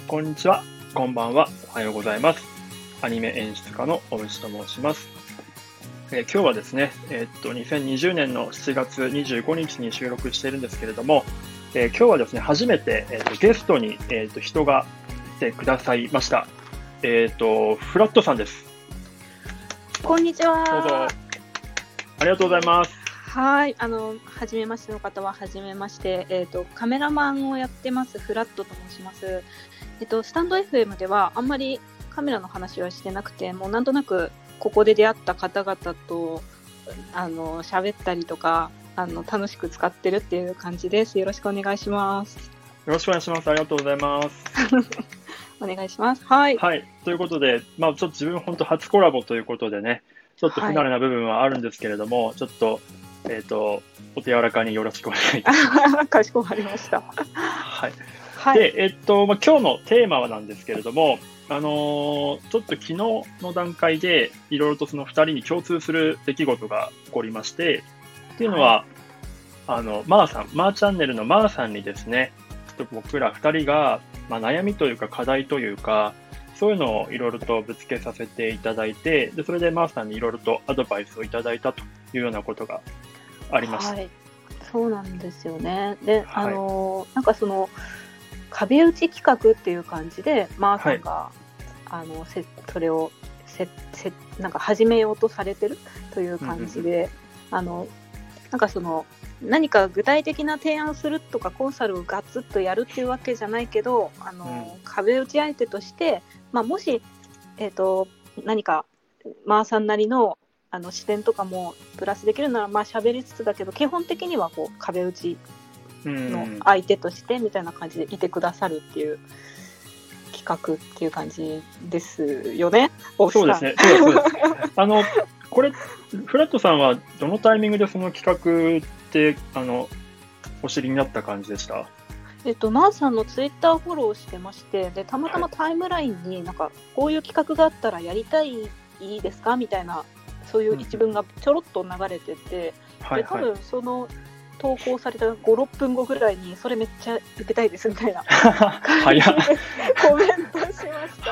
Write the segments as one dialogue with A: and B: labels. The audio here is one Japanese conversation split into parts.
A: こんにちは、こんばんは、おはようございます。アニメ演出家の小渕と申します。今日はですね、2020年の7月25日に収録しているんですけれども、今日はですね、初めて、ゲストに、人が来てくださいました。フラットさんです。
B: こんにちは。
A: どうぞ。ありがとうございます。
B: はい、初めましての方は初めまして、カメラマンをやってますフラットと申します。スタンド FM ではあんまりカメラの話はしてなくて、もうなんとなくここで出会った方々と喋ったりとか楽しく使ってるっていう感じです。よろしくお願いします。
A: よろしくお願いします。ありがとうございます。
B: お願いします。はい。
A: はい。ということで、ちょっと自分本当初コラボということでね、ちょっと不慣れな部分はあるんですけれども、はい、ちょっとお手柔らかによろしくお願いいたします。
B: かしこまりました。
A: はい。
B: はい、
A: で、今日のテーマはなんですけれども、ちょっと昨日の段階でいろいろとその2人に共通する出来事が起こりまして、っていうのは、マーチャンネルのマーさんにですね、ちょっと僕ら2人が、悩みというか課題というか、そういうのをいろいろとぶつけさせていただいて、でそれでマーさんにいろいろとアドバイスをいただいたというようなことがありました。
B: はい、そうなんですよね。で、なんかその壁打ち企画っていう感じでマーさんが、それをなんか始めようとされてるという感じで、なんかその何か具体的な提案するとかコンサルをガツッとやるっていうわけじゃないけど、壁打ち相手として、もし、何かマーさんなりの視点とかもプラスできるなら喋りつつだけど、基本的にはこう壁打ちの相手としてみたいな感じでいてくださるっていう企画っていう感じですよね。
A: そうですね。そうですこれフラットさんはどのタイミングでその企画ってお知りになった感じでした？
B: マーさんのツイッターフォローしてまして、でたまたまタイムラインになんかこういう企画があったらやりたいですかみたいな、そういう一文がちょろっと流れてて、で多分その投稿された5、6分後ぐらいにそれめっちゃ受けたいですみたいな感じでコメントしました。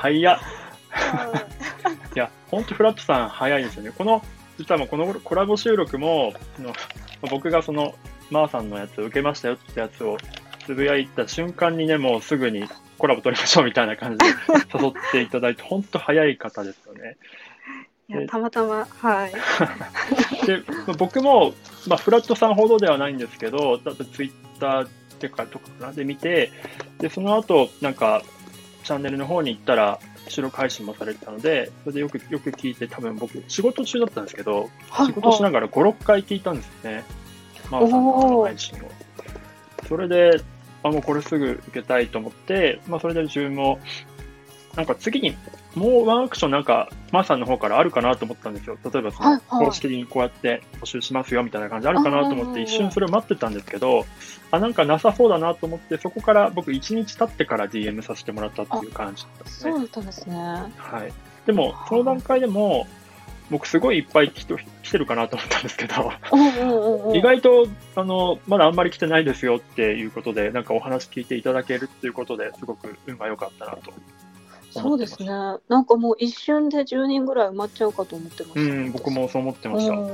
A: 早っ。いや本当フラットさん早いですよね。実はこのコラボ収録も僕がそのマーさんのやつを受けましたよってやつをつぶやいた瞬間にね、もうすぐにコラボ取りましょうみたいな感じで誘っていただいて本当早い方ですよね。
B: いやたまたま、はい
A: で僕も、フラットさんほどではないんですけど、ツイッターとかで見て、でその後なんかチャンネルの方に行ったら収録配信もされてたので、それでよく聞いて、多分僕仕事中だったんですけど、仕事しながら5、6回聞いたんですね、マーさんの配信を。それでもうこれすぐ受けたいと思って、それで自分もなんか次にもうワンアクションなんかマーさんの方からあるかなと思ったんですよ。例えばその公式にこうやって募集しますよみたいな感じあるかなと思って一瞬それを待ってたんですけど、なんかなさそうだなと思って、そこから僕1日経ってから DM させてもらったっていう感じだったんですね。
B: そうだったんですね。
A: はい。でもその段階でも僕すごいいっぱい来てるかなと思ったんですけど、意外とまだあんまり来てないですよっていうことで、なんかお話聞いていただけるっていうことですごく運が良かったなと。
B: そうですね。なんかもう一瞬で10人ぐらい埋まっちゃうかと思ってました。
A: 僕もそう思ってました。じ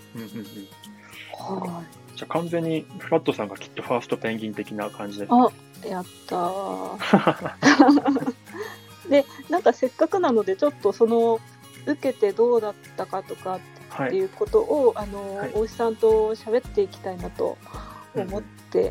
A: ゃあ完全にフラットさんがきっとファーストペンギン的な感じです、ね。
B: やったー。で、なんかせっかくなのでちょっとその受けてどうだったかとかっていうことを、大石さんと喋っていきたいなと思って、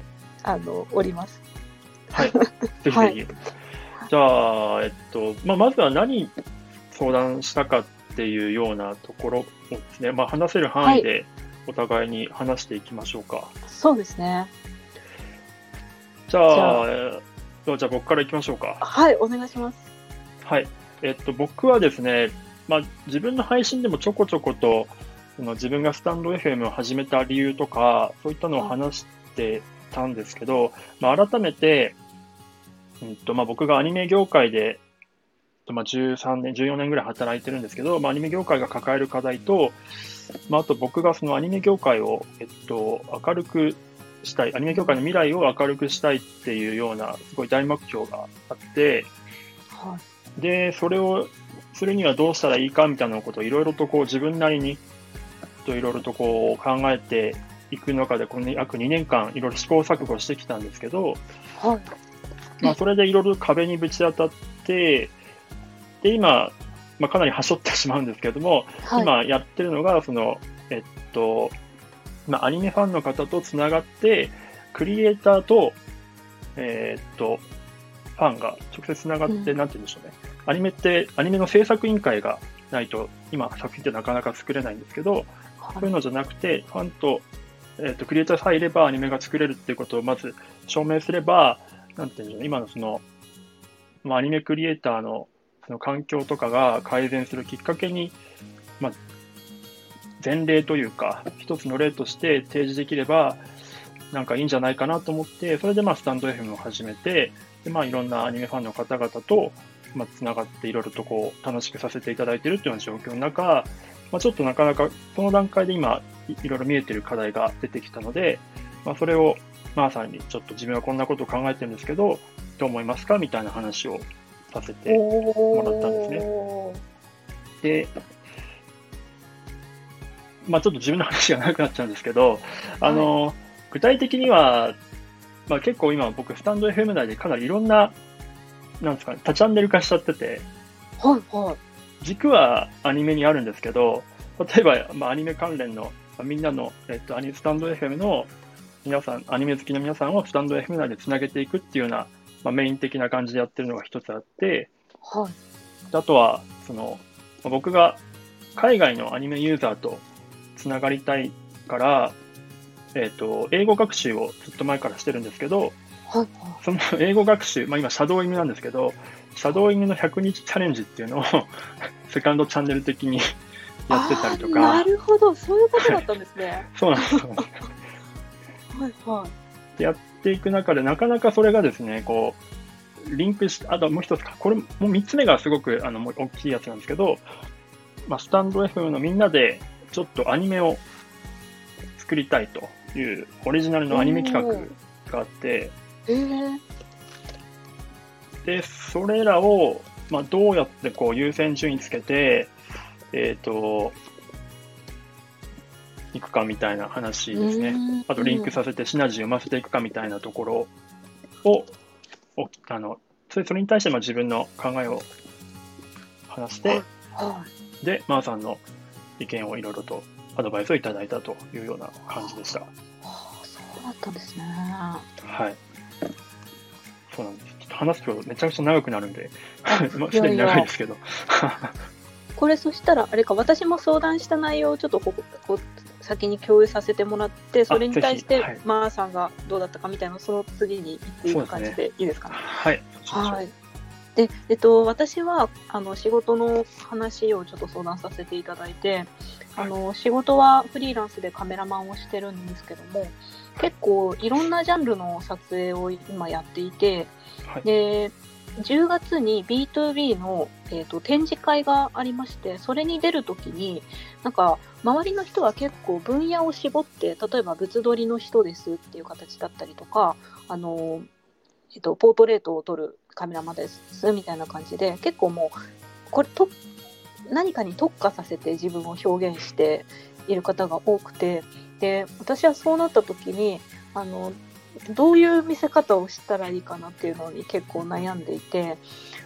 B: おります。
A: はい。ぜひぜひ。じゃあ、まずは何相談したかっていうようなところをですね、話せる範囲でお互いに話していきましょうか。
B: そうですね。
A: じゃあ僕からいきましょうか。
B: はい、お願いします。
A: はい。僕はですね、自分の配信でもちょこちょこと自分がスタンド FM を始めた理由とか、そういったのを話してたんですけど、改めて、僕がアニメ業界で、13年、14年ぐらい働いてるんですけど、アニメ業界が抱える課題と、あと僕がそのアニメ業界を、明るくしたい、アニメ業界の未来を明るくしたいっていうような、すごい大目標があって、
B: はい。
A: で、それをするにはどうしたらいいかみたいなことをいろいろとこう自分なりにいろいろとこう考えていく中で、この約2年間いろいろ試行錯誤してきたんですけど、
B: はい。
A: まあ、それでいろいろ壁にぶち当たって、で、今、まあ、かなりはしょってしまうんですけども、
B: はい。
A: 今やってるのが、えっと、まあ、アニメファンの方とつながって、クリエイターと、ファンが直接つながって、なんて言うんでしょうね。アニメって、アニメの制作委員会がないと、今、作品ってなかなか作れないんですけど、そういうのじゃなくて、ファンと、クリエイターさえいればアニメが作れるっていうことをまず証明すれば、なんていうんでしょうね、今のまあ、アニメクリエイターのその環境とかが改善するきっかけに、まあ、前例というか、一つの例として提示できれば、なんかいいんじゃないかなと思って、それでまあスタンド FM を始めて、でまあいろんなアニメファンの方々とまあつながっていろいろとこう楽しくさせていただいているっていうような状況の中、まあ、ちょっとなかなかその段階で今いろいろ見えている課題が出てきたので、まあ、それをマーさんにちょっと自分はこんなことを考えてるんですけど、どう思いますかみたいな話をさせてもらったんですね。で、まあ、ちょっと自分の話が長くなっちゃうんですけど、
B: はい。
A: 具体的には、まあ、結構今僕、スタンド FM 内でかなりいろんな、なんですかね、多チャンネル化しちゃってて、
B: はい。はい。
A: 軸はアニメにあるんですけど、例えば、まあ、アニメ関連の、みんなの、スタンド FM の皆さん、アニメ好きの皆さんをスタンド FM 内でつなげていくっていうような、まあ、メイン的な感じでやってるのが一つあって、
B: はい。
A: あとは、僕が海外のアニメユーザーとつながりたいから、英語学習をずっと前からしてるんですけど、
B: はい。
A: その英語学習、まあ今、シャドーイングなんですけど、シャドーイングの100日チャレンジっていうのをセカンドチャンネル的にやってたりと
B: な
A: か、
B: るほど、そういうことだったんですね。
A: そうなんですよ。
B: はい。はい。
A: やっていく中で、なかなかそれがですね、こう、リンクして、あともう一つか、これもう3つ目がすごくもう大きいやつなんですけど、まあ、スタンド FM のみんなでちょっとアニメを作りたいというオリジナルのアニメ企画があって、で、それらを、まあ、どうやってこう優先順位つけて、いくかみたいな話ですね。あとリンクさせてシナジーを生ませていくかみたいなところを、それに対して自分の考えを話して、で、マーさんの意見をいろいろとアドバイスをいただいたというような感じでした。
B: そうだったんですね。
A: はい。そうなんです。ちょっと話すとめちゃくちゃ長くなるんで、すでに長いですけど。
B: これそしたらあれか、私も相談した内容をちょっとこ先に共有させてもらって、それに対して、はい、マーさんがどうだったかみたいな、その次に言っていく感じでいいですかね。
A: はい。
B: はい。で、私は仕事の話をちょっと相談させていただいて、仕事はフリーランスでカメラマンをしてるんですけども、結構いろんなジャンルの撮影を今やっていて、はい、で10月に B2B の、展示会がありまして、それに出るときになんか周りの人は結構分野を絞って、例えば物撮りの人ですっていう形だったりとか、ポートレートを撮るカメラマンですみたいな感じで、結構もうこれ何かに特化させて自分を表現している方が多くて、で私はそうなった時にどういう見せ方をしたらいいかなっていうのに結構悩んでいて、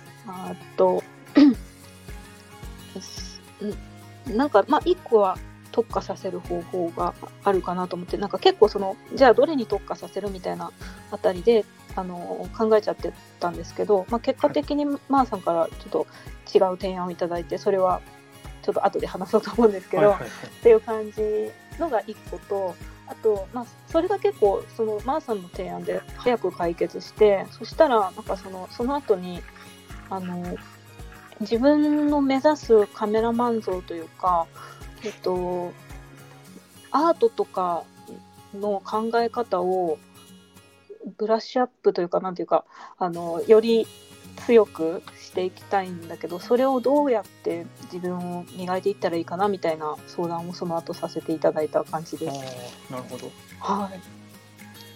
B: なんか1個は特化させる方法があるかなと思って、なんか結構じゃあどれに特化させるみたいなあたりで考えちゃってたんですけど、結果的にマーさんからちょっと違う提案をいただいて、それはちょっと後で話そうと思うんですけど、っていう感じのが1個と、あと、それが結構マーさんの提案で早く解決して、そしたらなんかその後に自分の目指すカメラマン像というか、アートとかの考え方をブラッシュアップというか、なんていうかより強くしていきたいんだけど、それをどうやって自分を磨いていったらいいかなみたいな相談をその後させていただいた感じです。
A: なるほど。
B: はい。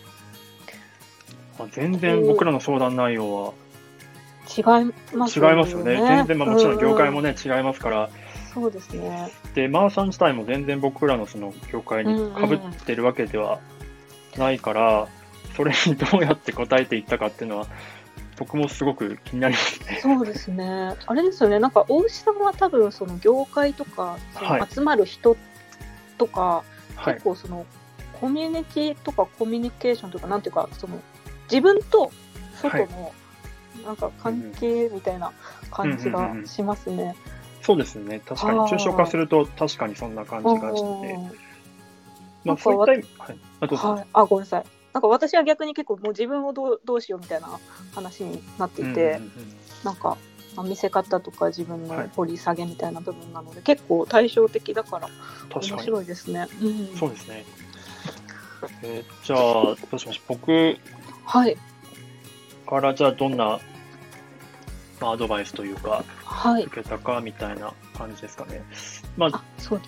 A: 全然僕らの相談内容は
B: 違います
A: 違いますよね。全然、もちろん業界もね、違いますから。
B: そうですね。
A: で、マーさん自体も全然僕らのその業界に被ってるわけではないから、それにどうやって答えていったかっていうのは、僕もすごく気になりますね。
B: そうですね。あれですよね。なんか大石さんは多分その業界とか、その集まる人とか、結構そのコミュニティとかコミュニケーションとか、なんていうか、その自分と外のなんか関係みたいな感じがしますね。
A: そうですね。確かに抽象化すると確かにそんな感じがして、まあそういった、
B: ごめんなさい。なんか私は逆に結構もう自分をどうしようみたいな話になっていて、なんか見せ方とか自分の掘り下げみたいな部分なので、結構対照的だから面白いですね。
A: そうですね。じゃあどうしましょう。僕からじゃあどんなアドバイスというか、受けたかみたいな感じですかね。
B: そう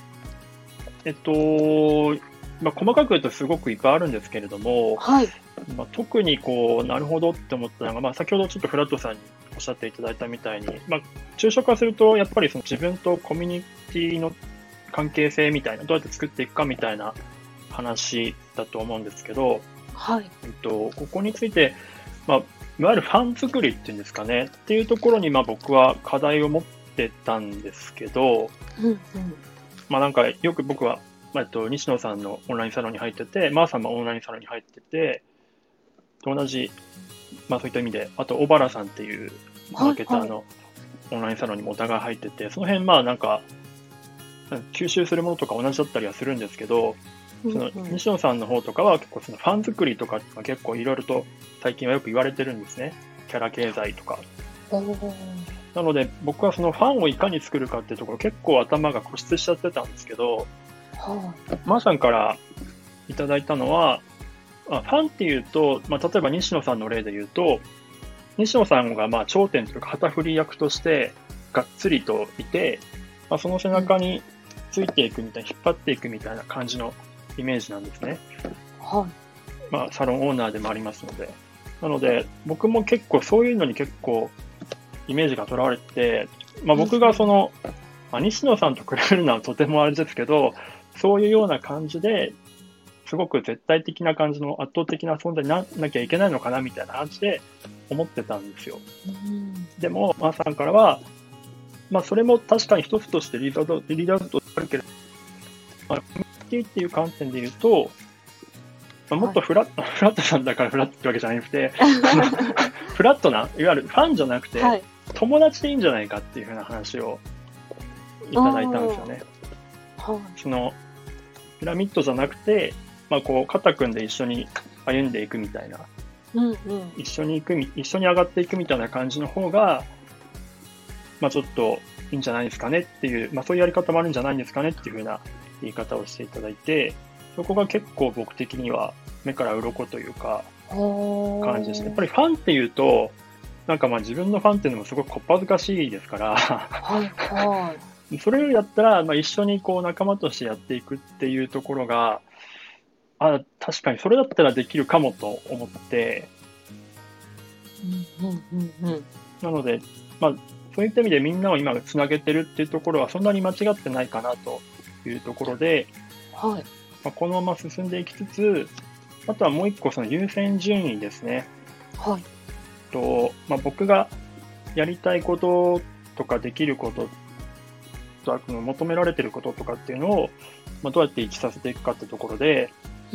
A: 細かく言うとすごくいっぱいあるんですけれども、特になるほどって思ったのが、先ほどちょっとフラットさんにおっしゃっていただいたみたいに、抽象化するとやっぱりその自分とコミュニティの関係性みたいな、どうやって作っていくかみたいな話だと思うんですけど、ここについて、いわゆるファン作りっていうんですかね、っていうところに僕は課題を持ってたんですけど、なんかよく僕は、西野さんのオンラインサロンに入ってて、マーさんもオンラインサロンに入ってて、同じ、そういった意味で、あと小原さんっていうマーケターのオンラインサロンにもお互い入ってて、その辺なんか吸収するものとか同じだったりはするんですけど、その西野さんの方とかは結構そのファン作りとかって結構いろいろと最近はよく言われてるんですね。キャラ経済とか。なので僕はそのファンをいかに作るかっていうところ結構頭が固執しちゃってたんですけど、マーさんからいただいたのは、ファンっていうと、例えば西野さんの例で言うと、西野さんが頂点というか旗振り役としてがっつりといて、その背中についていくみたいな、引っ張っていくみたいな感じのイメージなんですね。サロンオーナーでもありますので。なので、僕も結構そういうのに結構イメージがとらわれて、僕がその、西野さんと比べるのはとてもあれですけど、そういうような感じですごく絶対的な感じの圧倒的な存在にならなきゃいけないのかなみたいな感じで思ってたんですよ。でも、マーさんからは、それも確かに一つとしてリーダーとあるけれど、コミュニティっていう観点で言うと、もっとフラットさんだからフラットってわけじゃなくて、フラットな、いわゆるファンじゃなくて、友達でいいんじゃないかっていうふうな話をいただいたんですよね。そのピラミッドじゃなくて、肩組んで一緒に歩んでいくみたいな、一緒に上がっていくみたいな感じの方が、ちょっといいんじゃないですかねっていう、そういうやり方もあるんじゃないんですかねっていうふうな言い方をしていただいて、そこが結構僕的には目から鱗というか感じですね。やっぱりファンっていうと、なんか自分のファンっていうのもすごくこっぱずかしいですからそれよりだったら、一緒に仲間としてやっていくっていうところが、確かにそれだったらできるかもと思って、なので、そういった意味でみんなを今つなげてるっていうところはそんなに間違ってないかなというところで、このまま進んでいきつつ、あとはもう一個その優先順位ですね。僕がやりたいこととかできることと求められていることとかっていうのを、どうやって一致させていくかってところで、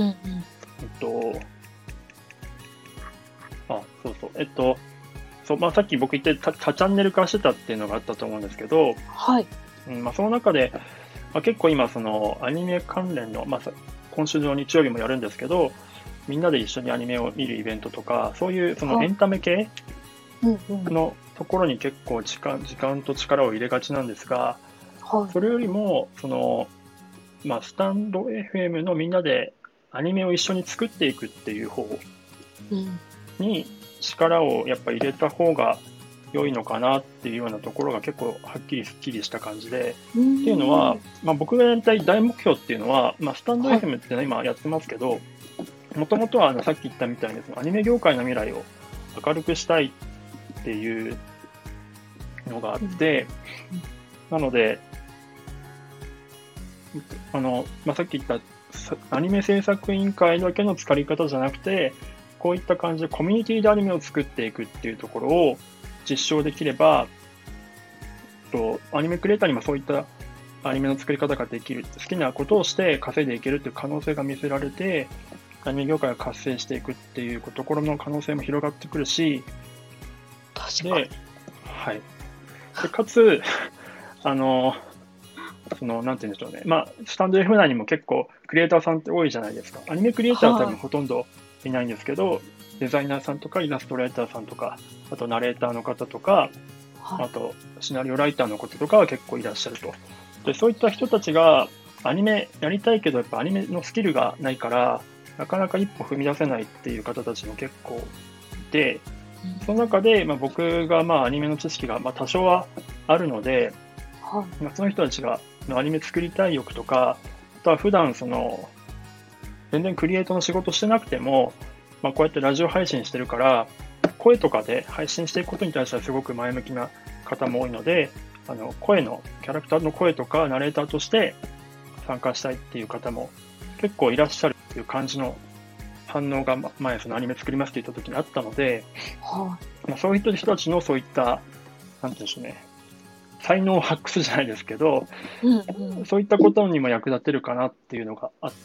A: さっき僕言って多チャンネル化してたっていうのがあったと思うんですけど、その中で、結構今そのアニメ関連の、今週の日曜日もやるんですけど、みんなで一緒にアニメを見るイベントとか、そういうそのエンタメ系のところに結構時間と力を入れがちなんですが、それよりもその、スタンド FM のみんなでアニメを一緒に作っていくっていう方に力をやっぱ入れた方が良いのかなっていうようなところが結構はっきりすっきりした感じで、っていうのは、僕がやりたい大目標っていうのは、スタンド FM って、今やってますけど、 もともとはさっき言ったみたいにアニメ業界の未来を明るくしたいっていうのがあって、なので、さっき言ったアニメ制作委員会だけの使い方じゃなくて、こういった感じでコミュニティでアニメを作っていくっていうところを実証できれば、アニメクリエイターにもそういったアニメの作り方ができる、好きなことをして稼いでいけるっていう可能性が見せられて、アニメ業界が活性していくっていうところの可能性も広がってくるし、
B: 確かに。
A: はい。でかつ、なんて言うんでしょうね。スタンド F 内にも結構クリエイターさんって多いじゃないですか。アニメクリエイターは多分ほとんどいないんですけど、デザイナーさんとかイラストレーターさんとか、あとナレーターの方とか、あとシナリオライターの方とかは結構いらっしゃると。で、そういった人たちがアニメやりたいけど、やっぱアニメのスキルがないから、なかなか一歩踏み出せないっていう方たちも結構いて、その中で、僕がアニメの知識が多少はあるので、その人たちがアニメ作りたい欲とか、あとは普段全然クリエイトの仕事してなくても、こうやってラジオ配信してるから、声とかで配信していくことに対してはすごく前向きな方も多いので、キャラクターの声とかナレーターとして参加したいっていう方も結構いらっしゃるっていう感じの反応が前アニメ作りますって言った時にあったので、そういった人たちのそういった、なんて言うんでしょうね、才能を発掘じゃないですけど、そういったことにも役立てるかなっていうのがあって、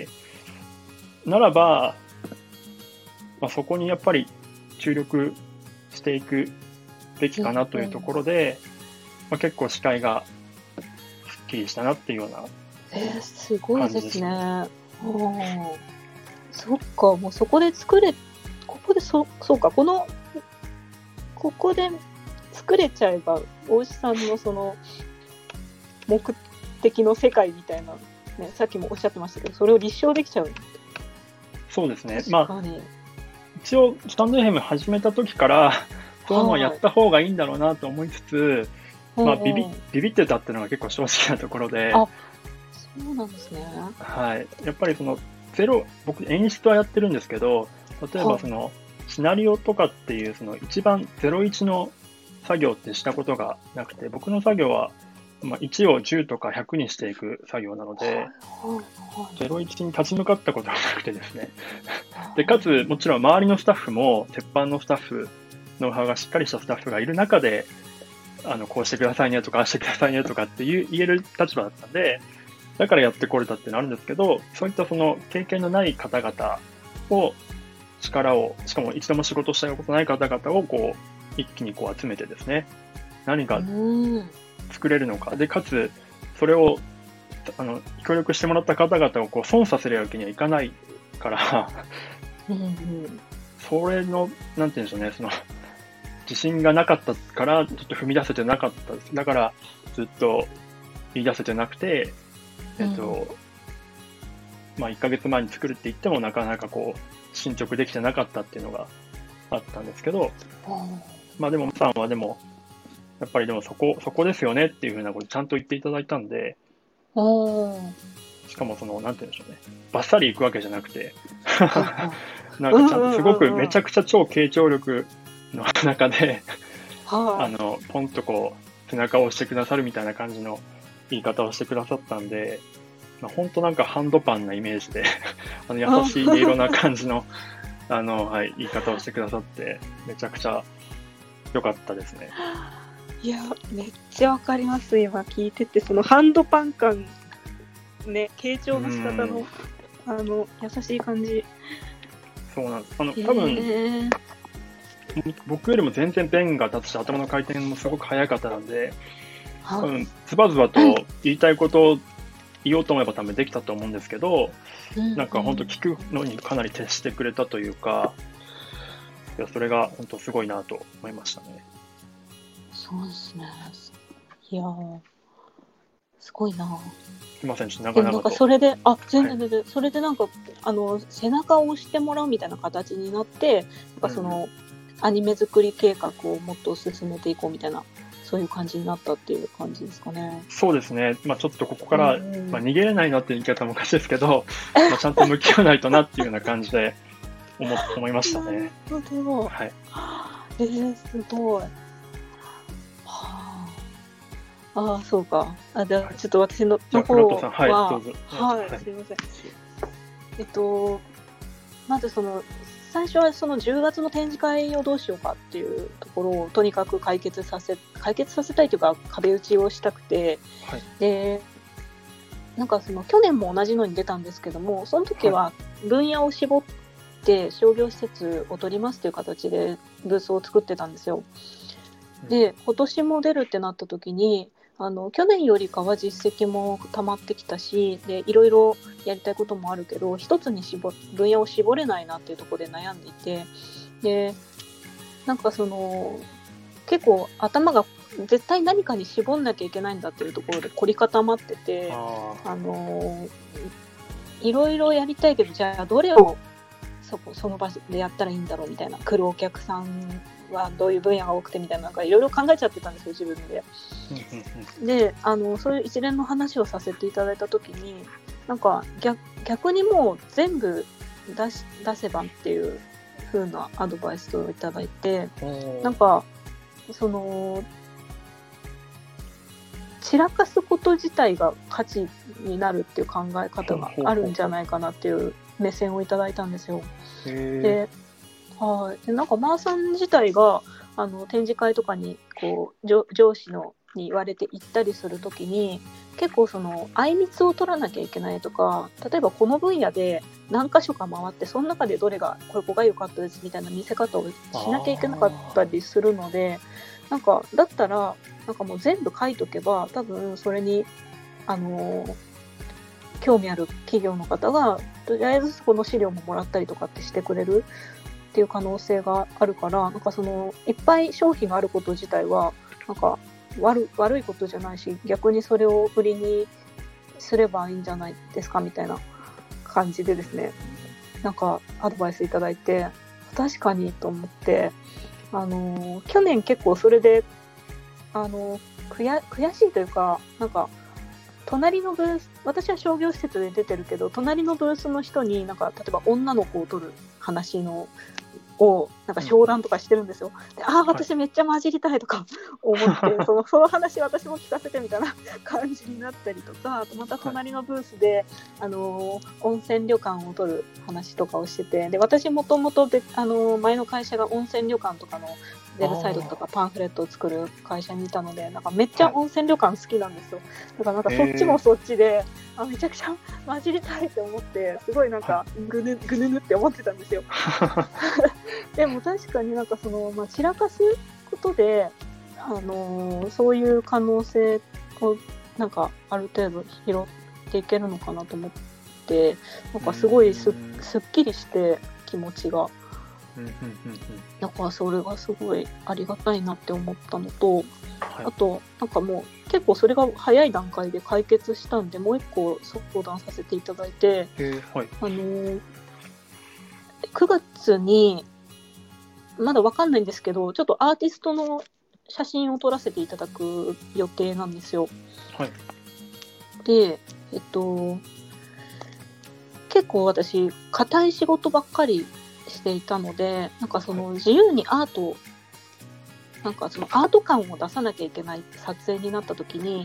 A: ならば、そこにやっぱり注力していくべきかなというところで、結構視界がすっきりしたなっていうような
B: すごいですね。そっか、もうそこで作れ、ここでそうか、ここで作れちゃえば、大石さんのその目的の世界みたいな、ね、さっきもおっしゃってましたけど、それを立証できちゃう。
A: そうですね。一応、スタンド FM 始めた時から、そういうのをやった方がいいんだろうなと思いつつ、ビビってたっていうのが結構正直なところで。
B: そうなんですね。
A: はい。やっぱり僕演出はやってるんですけど、例えばシナリオとかっていう一番01の作業ってしたことがなくて、僕の作業は1を10とか100にしていく作業なので、01に立ち向かったことがなくてですね。で、かつ、もちろん周りのスタッフも、鉄板のスタッフ、ノウハウがしっかりしたスタッフがいる中で、こうしてくださいねとか、ああしてくださいねとかって言える立場だったんで、だからやってこれたっていうのあるんですけど、そういった経験のない方々を、しかも一度も仕事したことない方々を一気に集めてですね、何が作れるのか。で、かつ、それを、協力してもらった方々を損させるわけにはいかないから、それの、なんて言うんでしょうね、自信がなかったから、ちょっと踏み出せてなかったです。だから、ずっと言い出せてなくて、1ヶ月前に作るって言っても、なかなか進捗できてなかったっていうのがあったんですけど、でも、さんはやっぱりそこですよねっていうふうなことちゃんと言っていただいたんで、しかもなんて言うんでしょうね、バッサリいくわけじゃなくて、なんかちゃんとすごくめちゃくちゃ超傾聴力の中で、ポンと背中を押してくださるみたいな感じの言い方をしてくださったんで、本当なんかハンドパンなイメージで、優しい音色な感じの、言い方をしてくださって、めちゃくちゃ良かったですね。
B: いや、めっちゃわかります。今聞いてて、そのハンドパン感、ね、傾聴の仕方の、優しい感じ。
A: そうなんです。多分、僕よりも全然弁が立つし、頭の回転もすごく速かったので、多分、ズバズバと言いたいことを言おうと思えば多分できたと思うんですけど、なんか本当聞くのにかなり徹してくれたというか、いや、それが本当すごいなと思いましたね。
B: そうですね。いやー、すごいな。
A: すいません、ちょっと長々と。
B: なんかそれで、全然、それでなんか、背中を押してもらうみたいな形になって、なんかアニメ作り計画をもっと進めていこうみたいな、 そういう感じになったっていう感じですかね。
A: そうですね。ちょっとここから、
B: うん、
A: 逃げれないなっていう言い方もおかしいですけど、ちゃんと向き合わないとなっていうような感じで思いましたね。
B: なるほど。
A: はい。
B: すごい。ああ、そうか。じゃあ、ちょっと私の方
A: フラットさん、はい、ど
B: は、
A: うぞ。
B: はい、すいません。まず最初はその10月の展示会をどうしようかっていうところをとにかく解決させたいというか壁打ちをしたくて、
A: はい、
B: で、なんか去年も同じのに出たんですけども、その時は分野を絞って商業施設を取りますという形でブースを作ってたんですよ。で、今年も出るってなった時に、去年よりかは実績も溜まってきたし、でいろいろやりたいこともあるけど、一つに分野を絞れないなっていうところで悩んでいて、でなんか結構頭が絶対何かに絞んなきゃいけないんだっていうところで凝り固まってて、いろいろやりたいけど、じゃあどれをその場所でやったらいいんだろうみたいな、来るお客さんはどういう分野が多くてみたいな、なんかいろいろ考えちゃってたんですよ、自分で。で、そういう一連の話をさせていただいたときに、なんか逆にもう全部出せばっていう風なアドバイスをいただいて、なんか散らかすこと自体が価値になるっていう考え方があるんじゃないかなっていう目線をいただいたんですよ。で、なんかマーさん自体が展示会とかにこう上司に言われて行ったりするときに、結構相密を取らなきゃいけないとか、例えばこの分野で何箇所か回って、その中でどれがここが良かったですみたいな見せ方をしなきゃいけなかったりするので、なんかだったらなんかもう全部書いとけば、多分それに興味ある企業の方がとりあえずこの資料ももらったりとかってしてくれるっていう可能性があるから、なんかいっぱい商品があること自体はなんか悪いことじゃないし、逆にそれを売りにすればいいんじゃないですかみたいな感じでですね、なんかアドバイスいただいて、確かにと思って、去年結構それで悔しいというか、なんか隣のブース、私は商業施設で出てるけど、隣のブースの人になんか例えば女の子を取る話をなんか商談とかしてるんですよ。で、私めっちゃ混じりたいとか思ってその話私も聞かせてみたいな感じになったりとか、あとまた隣のブースで、温泉旅館を取る話とかをしてて、で私もともと前の会社が温泉旅館とかのウェブサイトとかパンフレットを作る会社にいたので、なんかめっちゃ温泉旅館好きなんですよ。だからなんかそっちもそっちで、めちゃくちゃ混じりたいと思って、すごいなんかぐぬぬって思ってたんですよ。でも確かになんか散らかすことで、そういう可能性をなんかある程度拾っていけるのかなと思って、なんかすごいすっきりして気持ちが。だからそれがすごいありがたいなって思ったのと、あとなんかもう結構それが早い段階で解決したんで、もう一個相談させていただいて、9月にまだわかんないんですけど、ちょっとアーティストの写真を撮らせていただく予定なんですよ。で、結構私硬い仕事ばっかりしていたので、なんか自由にアート、なんかアート感を出さなきゃいけない撮影になった時に、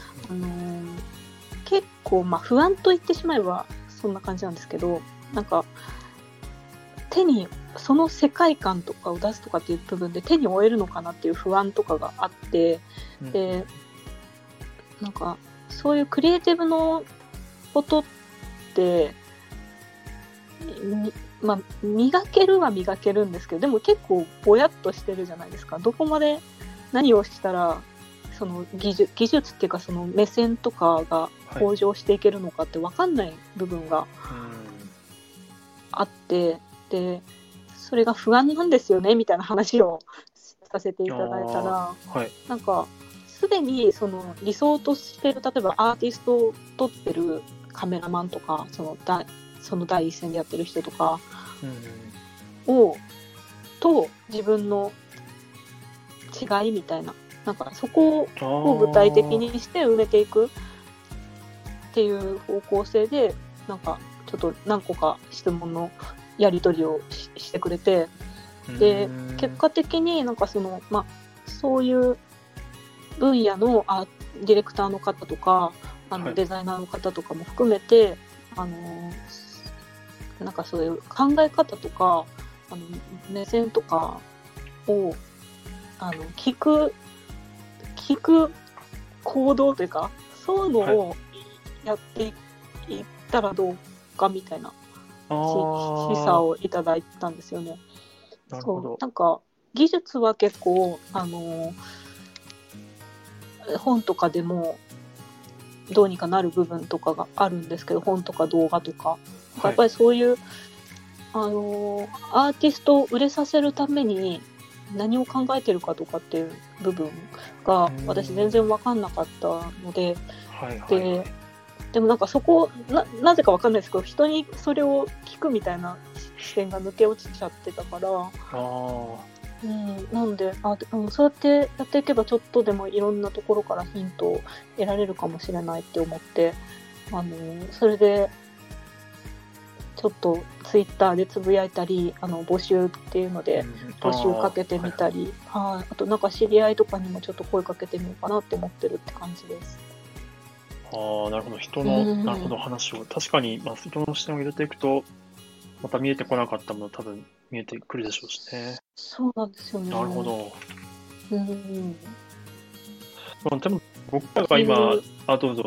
B: 結構不安と言ってしまえばそんな感じなんですけど、なんか手にその世界観とかを出すとかっていう部分で手に負えるのかなっていう不安とかがあって、でなんかそういうクリエイティブのことって磨けるは磨けるんですけど、でも結構ぼやっとしてるじゃないですか。どこまで何をしたらその技術っていうかその目線とかが向上していけるのかって分かんない部分があって、でそれが不安なんですよねみたいな話をさせていただいたら、なんかすでにその理想としてる、例えばアーティストを撮ってるカメラマンとか、その第一線でやってる人とかと自分の違いみたいななんかそこを具体的にして埋めていくっていう方向性で、なんかちょっと何個か質問のやり取りをしてくれて、で結果的になんかそういう分野のディレクターの方とかデザイナーの方とかも含めて、なんかそういう考え方とか目線とかを聞く行動というか、そういうのをやっていったらどうかみたいな示唆をいただいたんですよね。
A: なるほど。
B: なんか技術は結構本とかでもどうにかなる部分とかがあるんですけど、本とか動画とか、やっぱりそういうアーティストを売れさせるために何を考えてるかとかっていう部分が私全然分かんなかったので、でもなんかそこなぜか分かんないですけど、人にそれを聞くみたいな視点が抜け落ちちゃってたから、なんでそうやってやっていけばちょっとでもいろんなところからヒントを得られるかもしれないって思って、それでちょっとツイッターでつぶやいたり、募集っていうので募集かけてみたり、あとなんか知り合いとかにもちょっと声かけてみようかなって思ってるって感じです。
A: なるほど。人の、なるほど、話を確かに、人の視点を入れていくとまた見えてこなかったもの多分見えてくるでしょうしね。
B: そうなんですよね。
A: なるほど。でも僕らが今、どうぞ。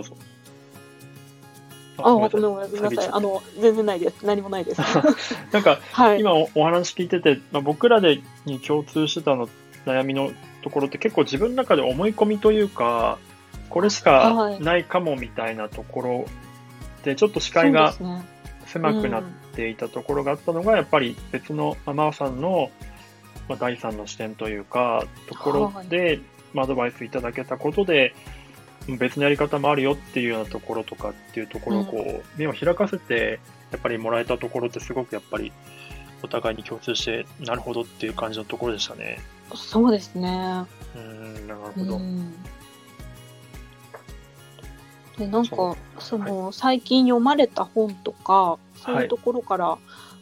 B: ごめんなさい。全然ないです。何もないです。
A: なんか、今お話聞いてて、僕らに共通してた悩みのところって結構自分の中で思い込みというか、これしかないかもみたいなところで、ちょっと視界が狭くなっていたところがあったのが、やっぱり別のマーさんの第三の視点というか、ところでアドバイスいただけたことで、別のやり方もあるよっていうようなところとかっていうところを目を開かせてやっぱりもらえたところってすごくやっぱりお互いに共通してなるほどっていう感じのところでしたね。
B: そうですね。
A: なるほど。
B: でなんか最近読まれた本とかそういうところから、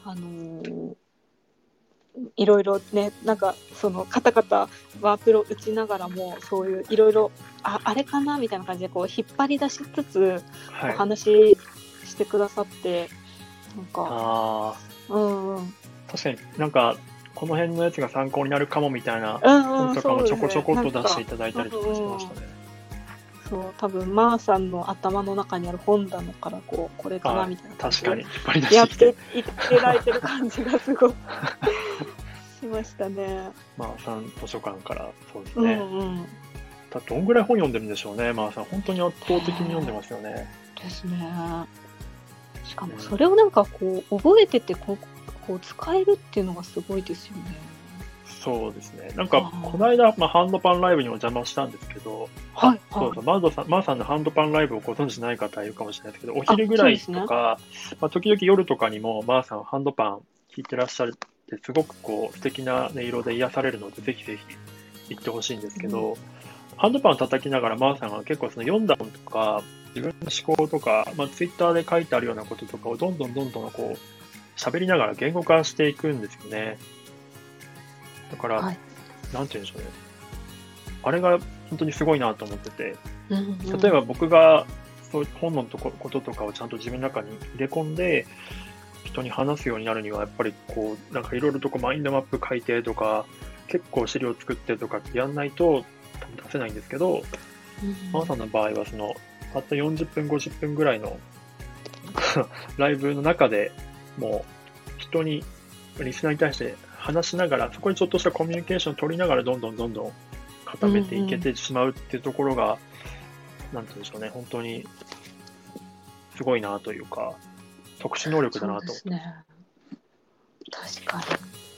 B: いろいろね、なんかカタカタワープロ打ちながらもそういういろいろあれかなみたいな感じでこう引っ張り出しつつお話ししてくださって、なんか
A: 確かになんかこの辺のやつが参考になるかもみたいな本とかもちょこちょこっと出していただいたりとかしましたね。
B: そう多分マーさんの頭の中にある本棚からこれかなみたいな感じでやっていってられてる感じがすごいしましたね。
A: マーさん図書館からそうですね。どんぐらい本読んでるんでしょうね、マーさん。本当に圧倒的に読んでますよね。
B: ですね。しかもそれをなんか覚えててこう使えるっていうのがすごいですよね。
A: そうですね。なんかこの間、ハンドパンライブにお邪魔したんですけど、マーさんのハンドパンライブをご存知ない方いるかもしれないですけど、お昼ぐらいとか、時々夜とかにもマーさんハンドパン弾いてらっしゃるってすごく素敵な音色で癒されるので、ぜひぜひ行ってほしいんですけど、ハンドパンを叩きながらマーさんが結構読んだ本とか自分の思考とか、ツイッターで書いてあるようなこととかをどんどん喋りながら言語化していくんですよね。だから、なんて言うんでしょうね。あれが本当にすごいなと思ってて、例えば僕がそういう本のこととかをちゃんと自分の中に入れ込んで人に話すようになるには、やっぱりなんかいろいろとマインドマップ書いてとか結構資料作ってとかってやんないと出せないんですけど、マーさんの場合はたった40分50分ぐらいのライブの中でもう人にリスナーに対して話しながら、そこにちょっとしたコミュニケーションを取りながらどんどん固めていけてしまうっていうところが、なんて言うんでしょうね、本当にすごいなというか特殊能力だなと。
B: そうですね。確か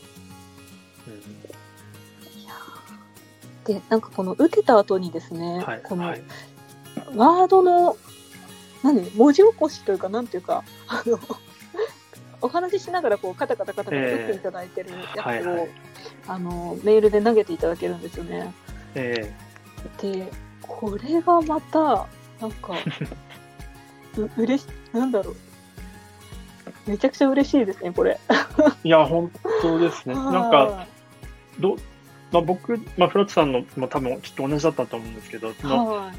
B: に。いやでなんか受けた後にですね、このワードの文字起こしというかなんていうかお話ししながらカタカタ打っていただいてるやつを、メールで投げていただけるんですよね。 で、これがまた、なんか、なんだろう。めちゃくちゃ嬉しいですね、これ。
A: いや、本当ですね。なんか、
B: は
A: 僕、フラットさんのも多分きっと同じだったと思うんですけど、
B: い。はい。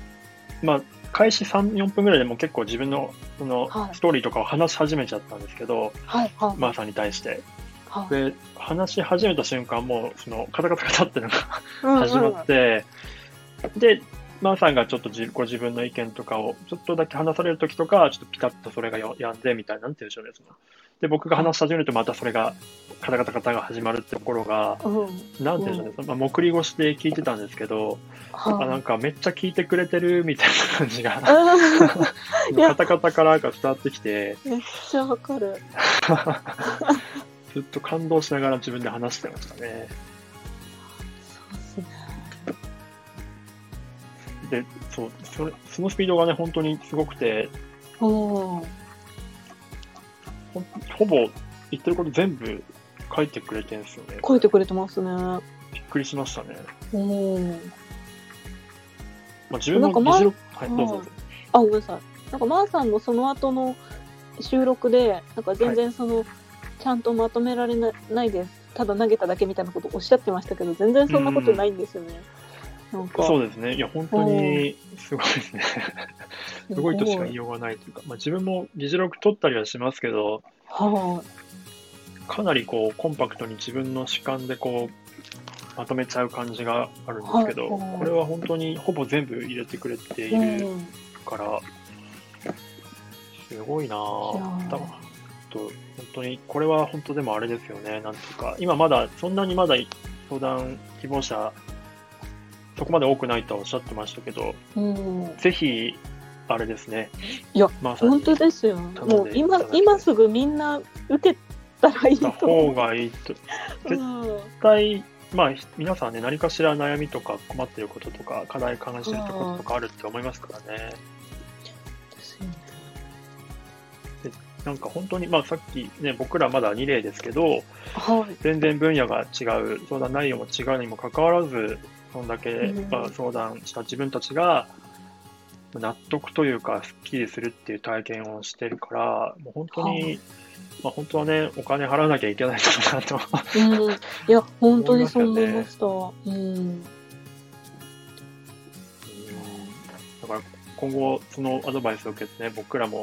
A: 開始3、4分ぐらいでも結構自分の
B: はい
A: ストーリーとかを話し始めちゃったんですけど、
B: はい。はい。
A: マーさんに対して。
B: はい。
A: で、話し始めた瞬間、もうカタカタカタっていうのが
B: うん
A: 始まって、で、マーさんがちょっとご自分の意見とかをちょっとだけ話されるときとか、ちょっとピタッとそれがやんでみたいな、なんて言うんでしょうね。で、僕が話し始めるとまたそれがカタカタカタが始まるってところが、なんて言うんでしょうね。目り越しで聞いてたんですけど、なんかめっちゃ聞いてくれてるみたいな感じが、カタカタからが伝わってきて、
B: めっちゃわかる。
A: ずっと感動しながら自分で話してましたね。
B: そうですね。
A: で、そのスピードがね、本当にすごくて、ほぼ言ってること全部書いてくれてるんですよね。
B: 書いてくれてますね。
A: びっくりしましたね。自分も議事録、はい、どうぞ。
B: ごめんなさい。なんか、マーさんのその後の収録で、なんか全然ちゃんとまとめられないで、ただ投げただけみたいなことをおっしゃってましたけど、全然そんなことないんですよね。なんか
A: そうですね。いや、本当にすごいですね。すごいとしか言いようがないというか、自分も議事録取ったりはしますけど、かなりコンパクトに自分の主観でまとめちゃう感じがあるんですけど、これは本当にほぼ全部入れてくれているから、すごいなぁ。本当に、これは本当でもあれですよね。なんていうか、今そんなにまだ相談希望者、そこまで多くないとはおっしゃってましたけど、ぜひ、あれですね。
B: いや、本当ですよ。もう今すぐみんな受けたらいいと思う。
A: 方がいいと。絶対、皆さんね、何かしら悩みとか困っていることとか、課題感じてることとかあるって思いますからね。
B: ですよね。
A: で、なんか本当に、さっきね、僕らまだ2例ですけど、全然分野が違う、相談内容も違うにもかかわらず、そんだけ、相談した自分たちが、納得というか、すっきりするっていう体験をしてるから、もう本当に、本当はね、お金払わなきゃいけないんだなと。
B: いや、本当にそう思いました。
A: だから今後、そのアドバイスを受けてね、僕らも、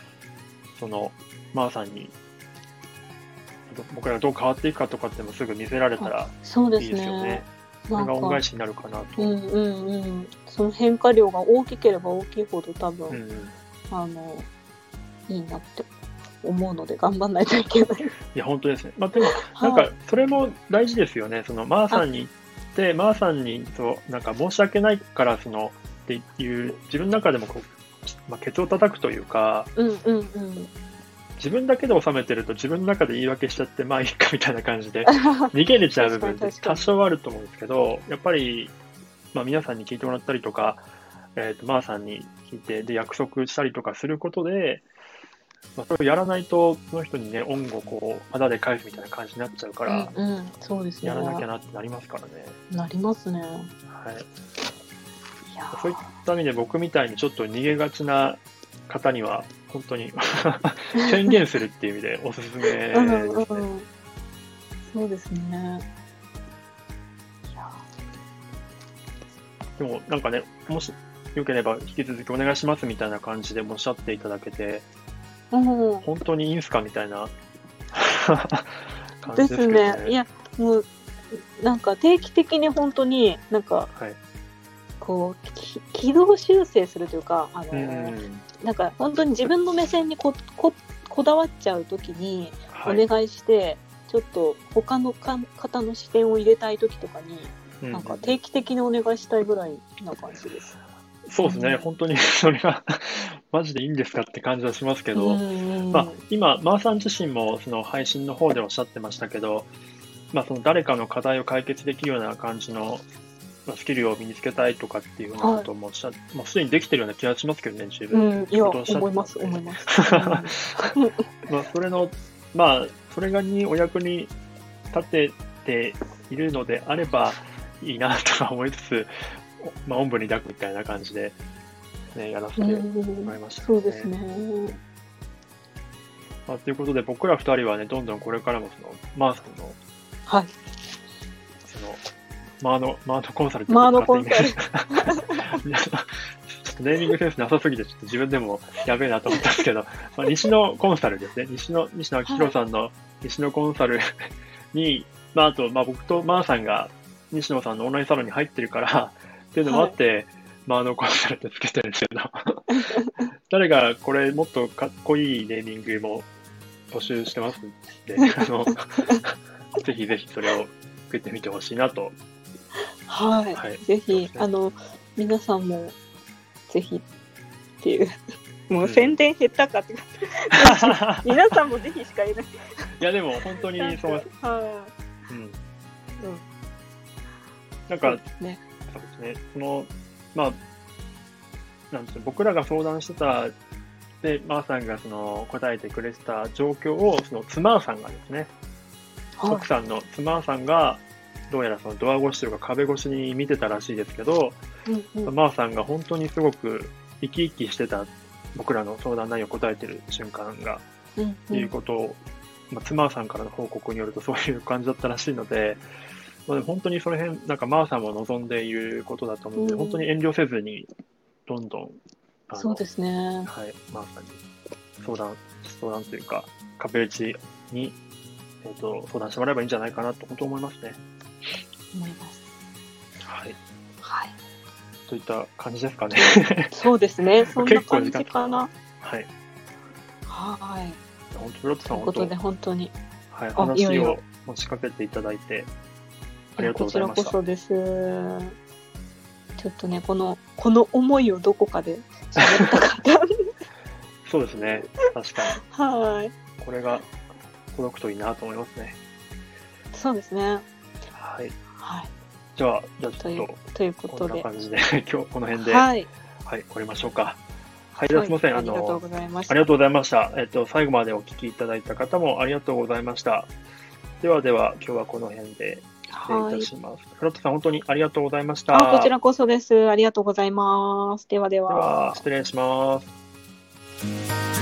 A: マーさんに、僕らがどう変わっていくかとかってもすぐ見せられたらいいですよね。それが恩返しになるかなと。
B: その変化量が大きければ大きいほど多分、いいなって思うので頑張んないといけない。
A: いや、本当ですね。でも、なんか、それも大事ですよね。マーさんに行って、マーさんに、なんか申し訳ないから、っていう、自分の中でもケツを叩くというか、自分だけで収めてると自分の中で言い訳しちゃって、いいかみたいな感じで逃げれちゃう部分って多少あると思うんですけど、やっぱり、皆さんに聞いてもらったりとか、マーさんに聞いて、で、約束したりとかすることで、それをやらないと、その人にね、恩を肌で返すみたいな感じになっちゃうから、
B: そうですね。
A: やらなきゃなってなりますからね。
B: なりますね。
A: はい。そういった意味で僕みたいにちょっと逃げがちな方には、本当に宣言するっていう意味でおすすめですね。
B: そうですね。
A: でもなんかね、もしよければ引き続きお願いしますみたいな感じでおっしゃっていただけて、本当にいいんすかみたいな感じですけどね。
B: いや、もうなんか定期的に本当になんか、軌道修正するというか、なんか本当に自分の目線にこだわっちゃうときにお願いして、ちょっと他の方の視点を入れたいときとかに、なんか定期的にお願いしたいぐらいな感じです。
A: そうですね、本当にそれがマジでいいんですかって感じはしますけど、今、マーさん自身もその配信の方でおっしゃってましたけど、その誰かの課題を解決できるような感じのスキルを身につけたいとかっていうようなこともすでにできてるような気がしますけどね、十分。
B: いや、思います。
A: それにお役に立てているのであればいいなとか思いつつ、 まあ、おんぶに抱くみたいな感じで、ね、やらせてもらいましたね。
B: そうですね。
A: まあ、ということで、僕ら2人はね、どんどんこれからもマーさんの、
B: はい。
A: マーノコンサルって
B: マーノコンサル。
A: ちょっとネーミングセンスなさすぎて、ちょっと自分でもやべえなと思ったんですけど、まあ、西野コンサルですね。西野明宏さんの西野コンサルに、まあ、あと、まあ、僕とマーさんが西野さんのオンラインサロンに入ってるから、っていうのもあって、マーノコンサルってつけてるんですけど、誰がこれもっとかっこいいネーミングも募集してますんで、ぜひぜひそれをつけてみてほしいなと。
B: はい。ぜひ、皆さんも、ぜひっていう、もう宣伝減ったかって、皆さんもぜひしか言えない。
A: いや、でも本当にそう。なんか、そうですね。まあ、なんていうの、僕らが相談してた、で、マーさんが答えてくれてた状況を、妻さんがですね、奥さんの妻さんが、どうやらドア越しというか壁越しに見てたらしいですけど、マーさんが本当にすごく生き生きしてた、僕らの相談内容を答えてる瞬間が、いうことを、妻さんからの報告によるとそういう感じだったらしいので、本当にその辺、なんかマーさんも望んでいることだと思うので、本当に遠慮せずに、どんどん、
B: そうですね。
A: はい、マーさんに相談というか、壁打ちに、相談してもらえばいいんじゃないかなと、本当思いますね。
B: 思います。
A: はい。
B: はい。
A: といった感じですかね。
B: そうですね。そんな感じかな。
A: はい。
B: はい。
A: 本当、フロットさん、
B: ということで、本当に。
A: はい、話を持ちかけていただいて、ありがとうございました。
B: こちらこそです。ちょっとね、この思いをどこかで喋った方。
A: そうですね。確かに。
B: はい。
A: これが届くといいなと思いますね。
B: そうですね。
A: はい。
B: はい。
A: じゃあちょっと
B: ということで、
A: こんな感じで今日この辺で、
B: はい、
A: 終わりましょうか。はい、すみません。
B: ありがとうございました。
A: ありがとうございました。最後までお聞きいただいた方もありがとうございました。では今日はこの辺で失礼いたします。フロットさん、本当にありがとうございました。
B: こちらこそです。ありがとうございます。では。
A: 失礼します。